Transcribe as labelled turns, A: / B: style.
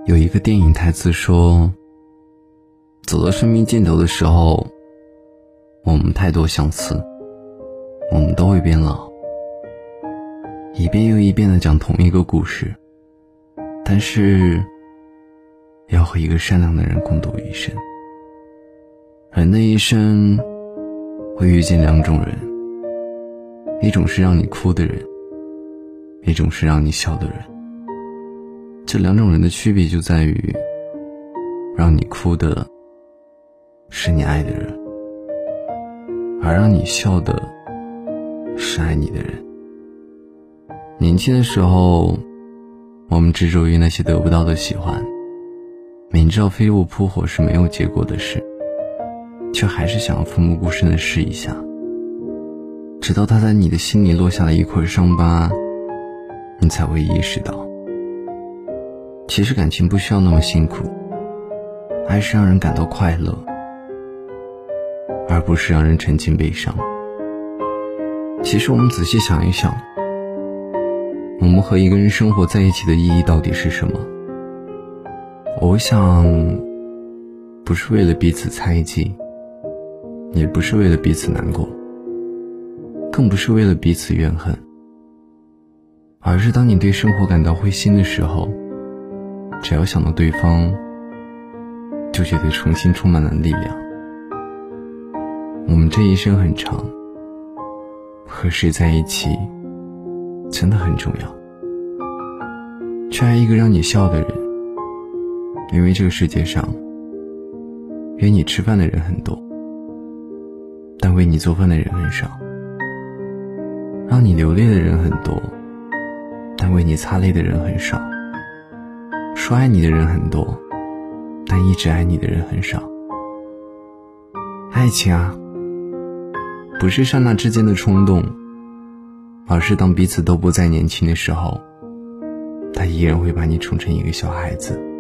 A: 有一个电影台词说，走到生命尽头的时候，我们太多相似，我们都会变老，一遍又一遍地讲同一个故事，但是要和一个善良的人共度一生。人的一生会遇见两种人，一种是让你哭的人，一种是让你笑的人。这两种人的区别就在于，让你哭的是你爱的人，而让你笑的是爱你的人。年轻的时候，我们执着于那些得不到的喜欢，明知道飞蛾扑火是没有结果的事，却还是想要奋不顾身地试一下，直到它在你的心里落下了一块伤疤，你才会意识到，其实感情不需要那么辛苦，爱是让人感到快乐，而不是让人沉浸悲伤。其实我们仔细想一想，我们和一个人生活在一起的意义到底是什么？我想，不是为了彼此猜忌，也不是为了彼此难过，更不是为了彼此怨恨，而是当你对生活感到灰心的时候，只要想到对方，就觉得重新充满了力量。我们这一生很长，和谁在一起真的很重要。去爱一个让你笑的人，因为这个世界上约你吃饭的人很多，但为你做饭的人很少。让你流泪的人很多，但为你擦泪的人很少。说爱你的人很多，但一直爱你的人很少。爱情啊，不是刹那之间的冲动，而是当彼此都不再年轻的时候，他依然会把你宠成一个小孩子。